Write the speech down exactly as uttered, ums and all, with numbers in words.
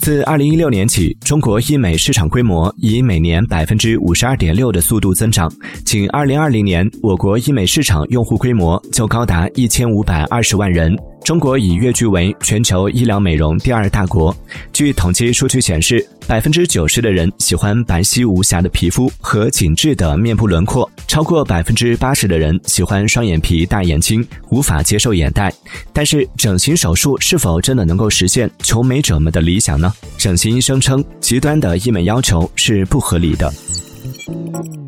自二零一六年起，中国医美市场规模以每年 百分之五十二点六 的速度增长。仅二零二零年，我国医美市场用户规模就高达一千五百二十万人。中国已跃居为全球医疗美容第二大国。据统计数据显示， 百分之九十 的人喜欢白皙无瑕的皮肤和紧致的面部轮廓，超过 百分之八十 的人喜欢双眼皮、大眼睛，无法接受眼袋。但是，整形手术是否真的能够实现求美者们的理想呢？整形医生称，极端的医美要求是不合理的。